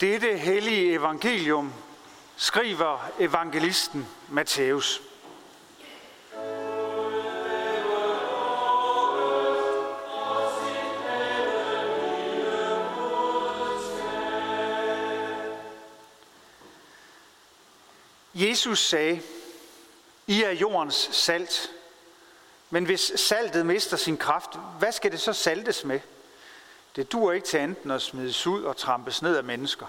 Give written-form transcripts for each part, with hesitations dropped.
Dette hellige evangelium skriver evangelisten Matthæus. Jesus sagde, I er jordens salt, men hvis saltet mister sin kraft, hvad skal det så saltes med? Det duer ikke til enten at smides ud og trampes ned af mennesker.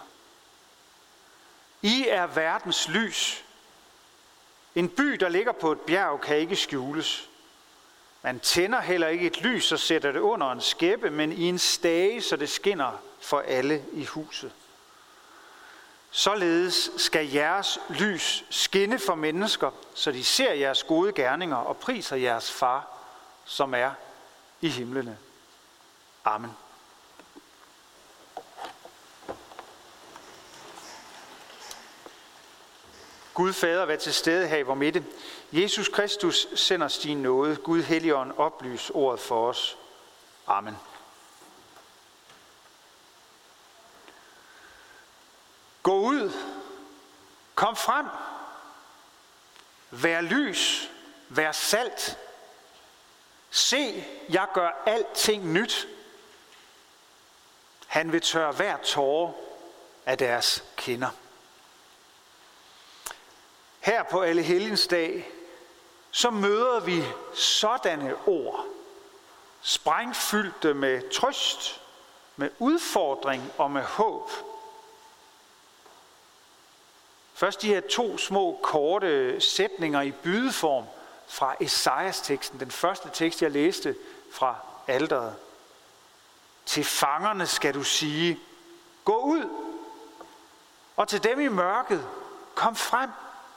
I er verdens lys. En by, der ligger på et bjerg, kan ikke skjules. Man tænder heller ikke et lys og sætter det under en skæppe, men i en stage, så det skinner for alle i huset. Således skal jeres lys skinne for mennesker, så de ser jeres gode gerninger og priser jeres far, som er i himlene. Amen. Gud Fader, vær til stede her i vor midte. Jesus Kristus, send os din nåde. Gud Helligånd, oplys ordet for os. Amen. Gå ud. Kom frem. Vær lys. Vær salt. Se, jeg gør alting nyt. Han vil tørre hver tåre af deres kinder. Her på Allehelgens dag, så møder vi sådanne ord, sprængfyldte med trøst, med udfordring og med håb. Først de her 2 små, korte sætninger i bydeform fra Esajas-teksten, den første tekst, jeg læste fra alteret. Til fangerne skal du sige, gå ud, og til dem i mørket, kom frem.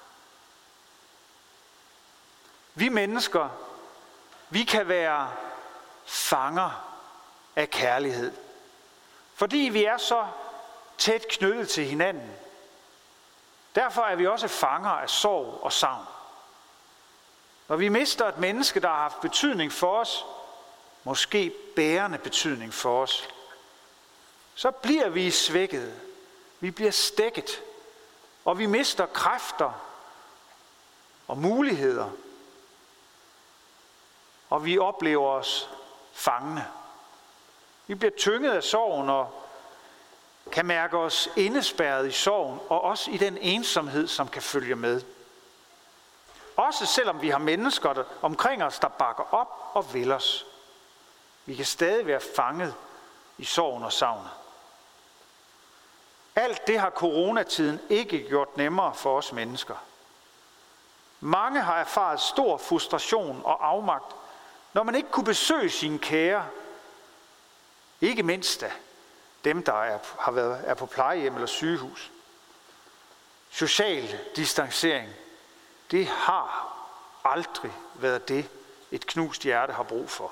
Vi mennesker, vi kan være fanger af kærlighed, fordi vi er så tæt knyttet til hinanden. Derfor er vi også fanger af sorg og savn. Når vi mister et menneske, der har haft betydning for os, måske bærende betydning for os, så bliver vi svækket, vi bliver stækket, og vi mister kræfter og muligheder. Og vi oplever os fangne. Vi bliver tynget af sorgen og kan mærke os indespærret i sorgen og også i den ensomhed, som kan følge med. Også selvom vi har mennesker omkring os, der bakker op og vil os. Vi kan stadig være fanget i sorgen og savnet. Alt det har coronatiden ikke gjort nemmere for os mennesker. Mange har erfaret stor frustration og afmagt, når man ikke kunne besøge sine kære, ikke mindst af dem, der er på plejehjem eller sygehus. Social distancering, det har aldrig været det, et knust hjerte har brug for.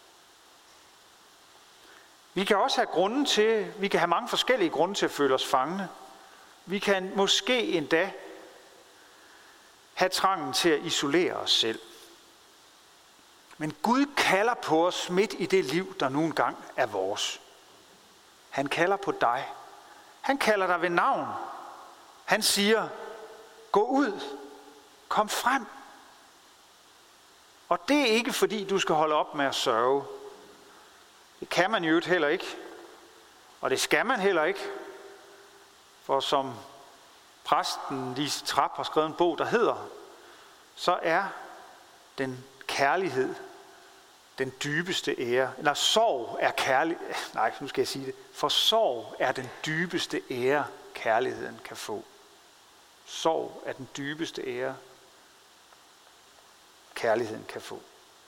Vi kan også have mange forskellige grunde til at føle os fangne. Vi kan måske endda have trangen til at isolere os selv. Men Gud kalder på os midt i det liv, der nu engang er vores. Han kalder på dig. Han kalder dig ved navn. Han siger, gå ud, kom frem. Og det er ikke fordi, du skal holde op med at sørge. Det kan man jo heller ikke. Og det skal man heller ikke. For som præsten Lise Trapp har skrevet en bog, der hedder, så er den kærlighed den dybeste ære. Eller sorg er kærlighed. Nej, nu skal jeg sige det. For sorg er den dybeste ære, kærligheden kan få. Sorg er den dybeste ære, kærligheden kan få.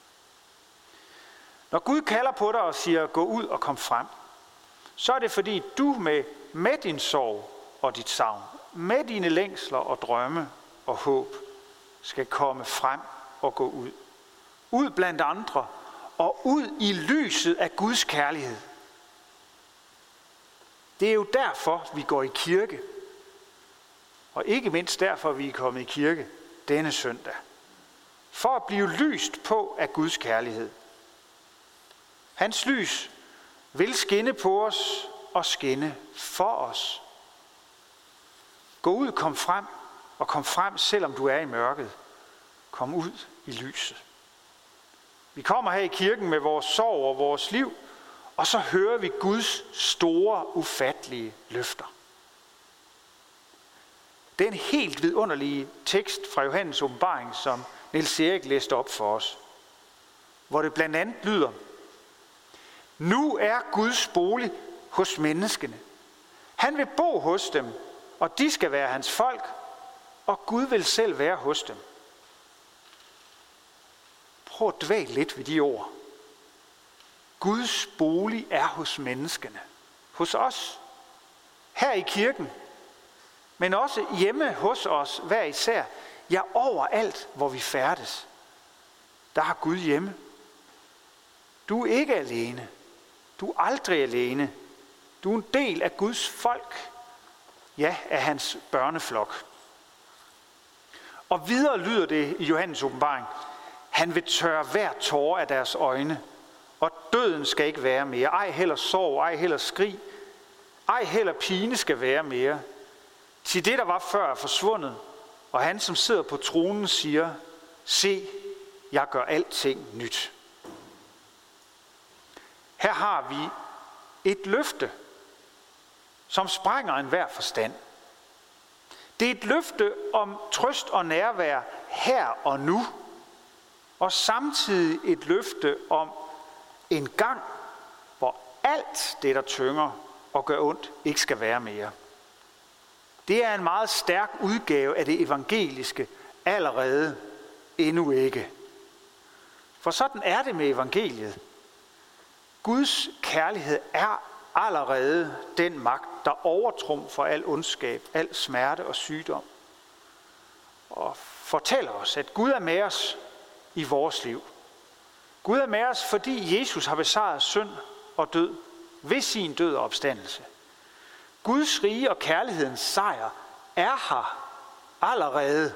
Når Gud kalder på dig og siger, gå ud og kom frem, så er det fordi du med din sorg og dit savn, med dine længsler og drømme og håb, skal komme frem og gå ud. Ud blandt andre og ud i lyset af Guds kærlighed. Det er jo derfor, vi går i kirke. Og ikke mindst derfor, vi er kommet i kirke denne søndag. For at blive lyst på af Guds kærlighed. Hans lys vil skinne på os og skinne for os. Gå ud, kom frem, og kom frem, selvom du er i mørket. Kom ud i lyset. Vi kommer her i kirken med vores sorg og vores liv, og så hører vi Guds store, ufattelige løfter. Det er en helt vidunderlig tekst fra Johannes åbenbaring, som Niels Erik læste op for os, hvor det blandt andet lyder: Nu er Guds bolig hos menneskene. Han vil bo hos dem, og de skal være hans folk, og Gud vil selv være hos dem. Prøv at dvæle lidt ved de ord. Guds bolig er hos menneskene. Hos os. Her i kirken. Men også hjemme hos os hver især. Ja, overalt, hvor vi færdes. Der har Gud hjemme. Du er ikke alene. Du er aldrig alene. Du er en del af Guds folk. Ja, af hans børneflok. Og videre lyder det i Johannes åbenbaring: Han vil tørre hver tåre af deres øjne, og døden skal ikke være mere. Ej heller sorg, ej heller skrig, ej heller pine skal være mere. Sig det, der var før, er forsvundet, og han, som sidder på tronen, siger: Se, jeg gør alting nyt. Her har vi et løfte, som sprænger enhver forstand. Det er et løfte om trøst og nærvær her og nu, og samtidig et løfte om en gang, hvor alt det, der tynger og gør ondt, ikke skal være mere. Det er en meget stærk udgave af det evangeliske allerede, endnu ikke. For sådan er det med evangeliet. Guds kærlighed er allerede den magt, der overtrumfer al ondskab, al smerte og sygdom. Og fortæller os, at Gud er med os i vores liv. Gud er med os, fordi Jesus har besejret synd og død ved sin død og opstandelse. Guds rige og kærlighedens sejr er her allerede.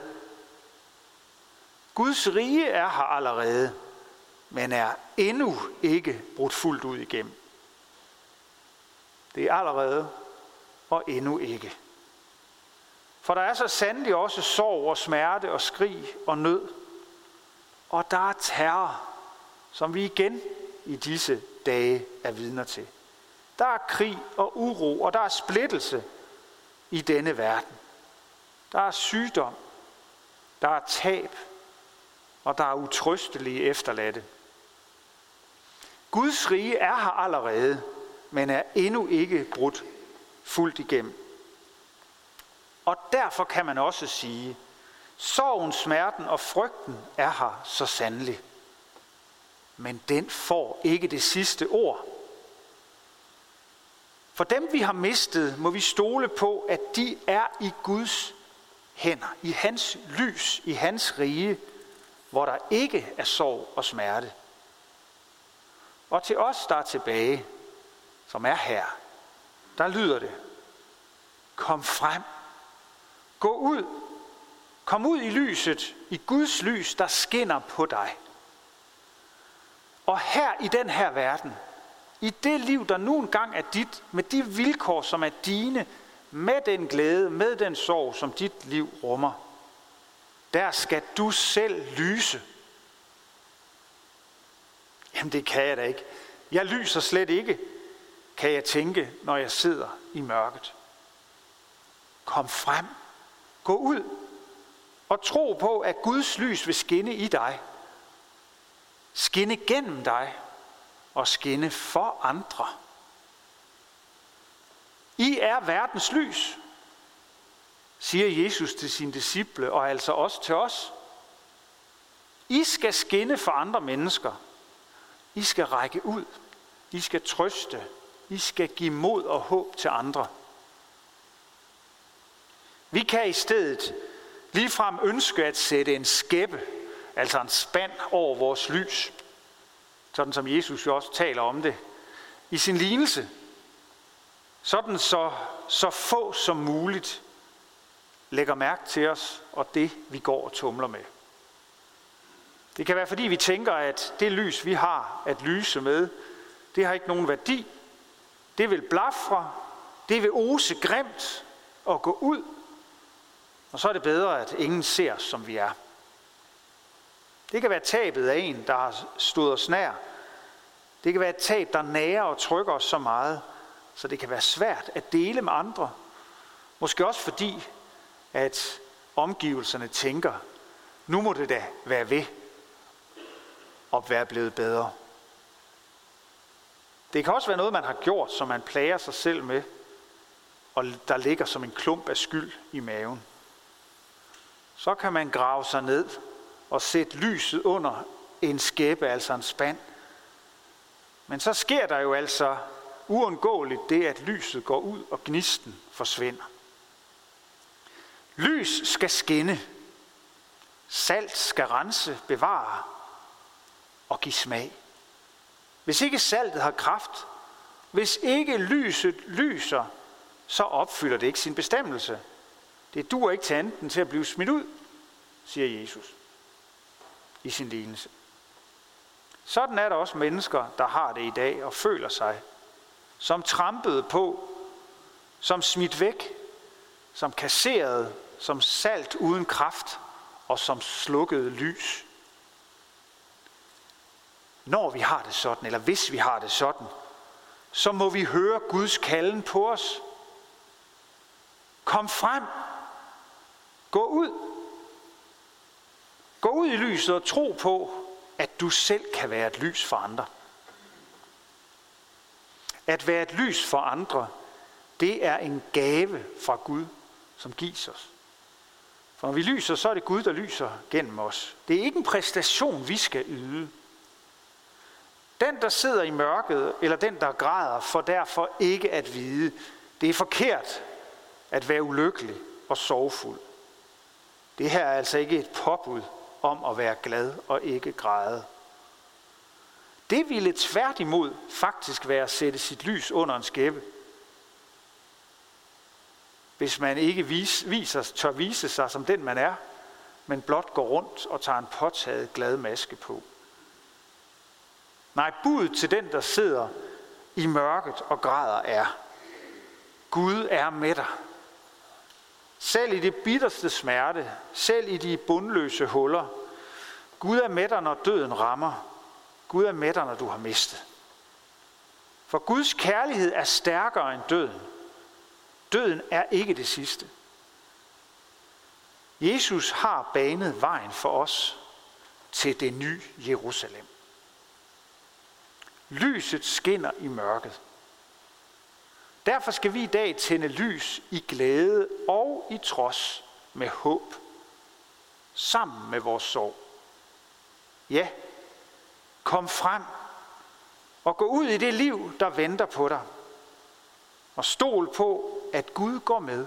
Guds rige er her allerede, men er endnu ikke brudt fuldt ud igennem. Det er allerede og endnu ikke. For der er så sandelig også sorg og smerte og skrig og nød. Og der er terror, som vi igen i disse dage er vidner til. Der er krig og uro, og der er splittelse i denne verden. Der er sygdom, der er tab, og der er utrøstelige efterladte. Guds rige er her allerede, men er endnu ikke brudt fuldt igennem. Og derfor kan man også sige, sorgen, smerten og frygten er her så sandelig. Men den får ikke det sidste ord. For dem, vi har mistet, må vi stole på, at de er i Guds hænder, i hans lys, i hans rige, hvor der ikke er sorg og smerte. Og til os, der er tilbage, som er her, der lyder det: Kom frem. Gå ud. Kom ud i lyset, i Guds lys, der skinner på dig. Og her i den her verden, i det liv, der nu engang er dit, med de vilkår, som er dine, med den glæde, med den sorg, som dit liv rummer, der skal du selv lyse. Jamen det kan jeg da ikke. Jeg lyser slet ikke, kan jeg tænke, når jeg sidder i mørket. Kom frem. Gå ud og tro på, at Guds lys vil skinne i dig. Skinne gennem dig og skinne for andre. I er verdens lys, siger Jesus til sine disciple, og altså også til os. I skal skinne for andre mennesker. I skal række ud. I skal trøste. I skal give mod og håb til andre. Vi kan i stedet ligefrem ønske at sætte en skæppe, altså en spand over vores lys, sådan som Jesus jo også taler om det i sin lignelse, sådan så få som muligt lægger mærke til os og det, vi går og tumler med. Det kan være, fordi vi tænker, at det lys, vi har at lyse med, det har ikke nogen værdi. Det vil blafre, det vil ose grimt og gå ud, Og så er det bedre, at ingen ser os, som vi er. Det kan være tabet af en, der har stået os nær. Det kan være et tab, der nærer og trykker os så meget, så det kan være svært at dele med andre. Måske også fordi, at omgivelserne tænker, nu må det da være ved at være blevet bedre. Det kan også være noget, man har gjort, som man plager sig selv med, og der ligger som en klump af skyld i maven. Så kan man grave sig ned og sætte lyset under en skæppe, altså en spand. Men så sker der jo altså uundgåeligt det, at lyset går ud, og gnisten forsvinder. Lys skal skinne. Salt skal rense, bevare og give smag. Hvis ikke saltet har kraft, hvis ikke lyset lyser, så opfylder det ikke sin bestemmelse. Det duer ikke til andet end til at blive smidt ud, siger Jesus i sin lignelse. Sådan er der også mennesker, der har det i dag og føler sig som trampet på, som smidt væk, som kasseret, som salt uden kraft og som slukket lys. Når vi har det sådan, eller hvis vi har det sådan, så må vi høre Guds kalden på os. Kom frem. Gå ud. Gå ud i lyset og tro på, at du selv kan være et lys for andre. At være et lys for andre, det er en gave fra Gud, som gives os. For når vi lyser, så er det Gud, der lyser gennem os. Det er ikke en præstation, vi skal yde. Den, der sidder i mørket, eller den, der græder, får derfor ikke at vide, det er forkert at være ulykkelig og sorgfuld. Det her er altså ikke et påbud om at være glad og ikke græde. Det ville tværtimod faktisk være at sætte sit lys under en skæppe. Hvis man ikke tør vise sig som den man er, men blot går rundt og tager en påtaget glad maske på. Nej, budet til den, der sidder i mørket og græder er, Gud er med dig. Selv i det bitterste smerte, selv i de bundløse huller, Gud er med dig, når døden rammer. Gud er med dig, når du har mistet. For Guds kærlighed er stærkere end døden. Døden er ikke det sidste. Jesus har banet vejen for os til det nye Jerusalem. Lyset skinner i mørket. Derfor skal vi i dag tænde lys i glæde og i trods med håb, sammen med vores sorg. Ja, kom frem og gå ud i det liv, der venter på dig. Og stol på, at Gud går med.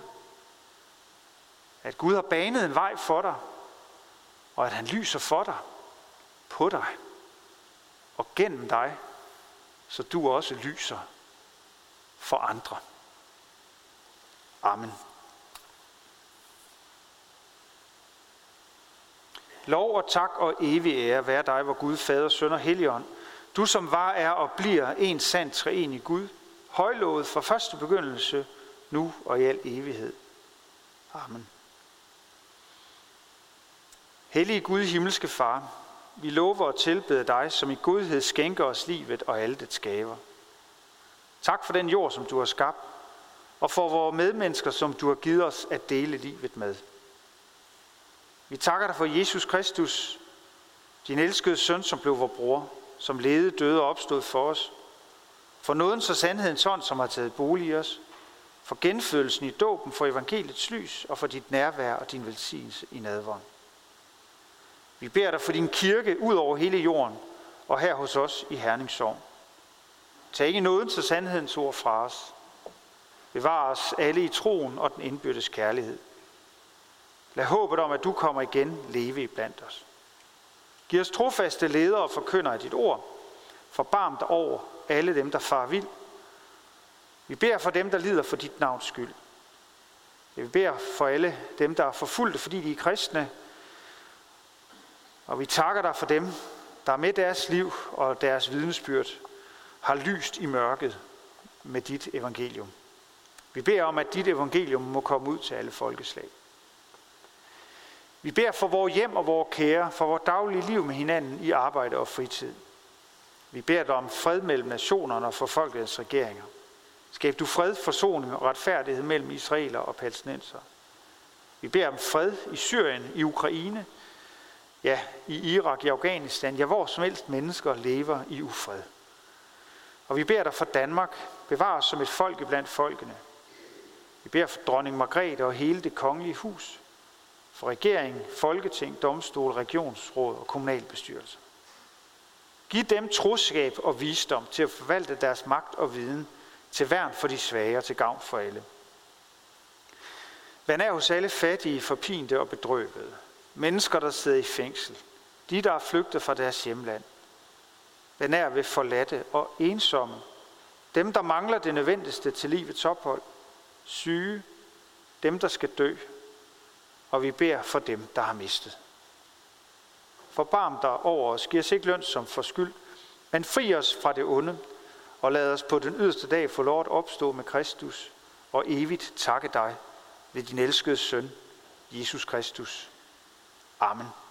At Gud har banet en vej for dig, og at han lyser for dig, på dig og gennem dig, så du også lyser for andre. Amen. Lov og tak og evig ære være dig, vor Gud, Fader, Søn og Helligånd. Du som var, er og bliver en sand treenig Gud, højlovet fra første begyndelse, nu og i al evighed. Amen. Hellige Gud, himmelske Far, vi lover og tilbeder dig, som i godhed skænker os livet og alle dets gaver. Tak for den jord, som du har skabt, og for vores medmennesker, som du har givet os at dele livet med. Vi takker dig for Jesus Kristus, din elskede søn, som blev vor bror, som levede, døde og opstod for os, for nådens og sandhedens ånd, som har taget bolig i os, for genfødelsen i dåben, for evangeliets lys og for dit nærvær og din velsignelse i nadveren. Vi beder dig for din kirke ud over hele jorden og her hos os i Herning Sogn. Tag ikke nådens og sandhedens ord fra os. Bevar os alle i troen og den indbyrdes kærlighed. Lad håbet om, at du kommer igen, leve iblandt os. Giv os trofaste ledere og forkyndere af dit ord. Forbarm dig over alle dem, der farer vild. Vi beder for dem, der lider for dit navns skyld. Vi beder for alle dem, der er forfulgte, fordi de er kristne. Og vi takker dig for dem, der med deres liv og deres vidnesbyrd har lyst i mørket med dit evangelium. Vi beder om, at dit evangelium må komme ud til alle folkeslag. Vi beder for vores hjem og vores kære, for vores daglige liv med hinanden i arbejde og fritid. Vi beder dig om fred mellem nationerne og for folkets regeringer. Skab du fred, forsoning og retfærdighed mellem israeler og palæstinenser. Vi beder om fred i Syrien, i Ukraine, ja, i Irak, i Afghanistan, ja, hvor som helst mennesker lever i ufred. Og vi beder dig for Danmark, bevar os som et folk blandt folkene. Vi beder for dronning Margrethe og hele det kongelige hus, for regering, folketing, domstol, regionsråd og kommunalbestyrelse. Giv dem troskab og visdom til at forvalte deres magt og viden til værn for de svage og til gavn for alle. Vær nær hos alle fattige, forpinte og bedrøvede, mennesker, der sidder i fængsel, de, der er flygtet fra deres hjemland. Vær nær ved forladte og ensomme, dem, der mangler det nødvendigste til livets ophold, syge, dem, der skal dø, og vi beder for dem, der har mistet. Forbarm dig over os, giv os ikke løn som forskyld, men fri os fra det onde, og lad os på den yderste dag få lov at opstå med Kristus, og evigt takke dig ved din elskede søn, Jesus Kristus. Amen.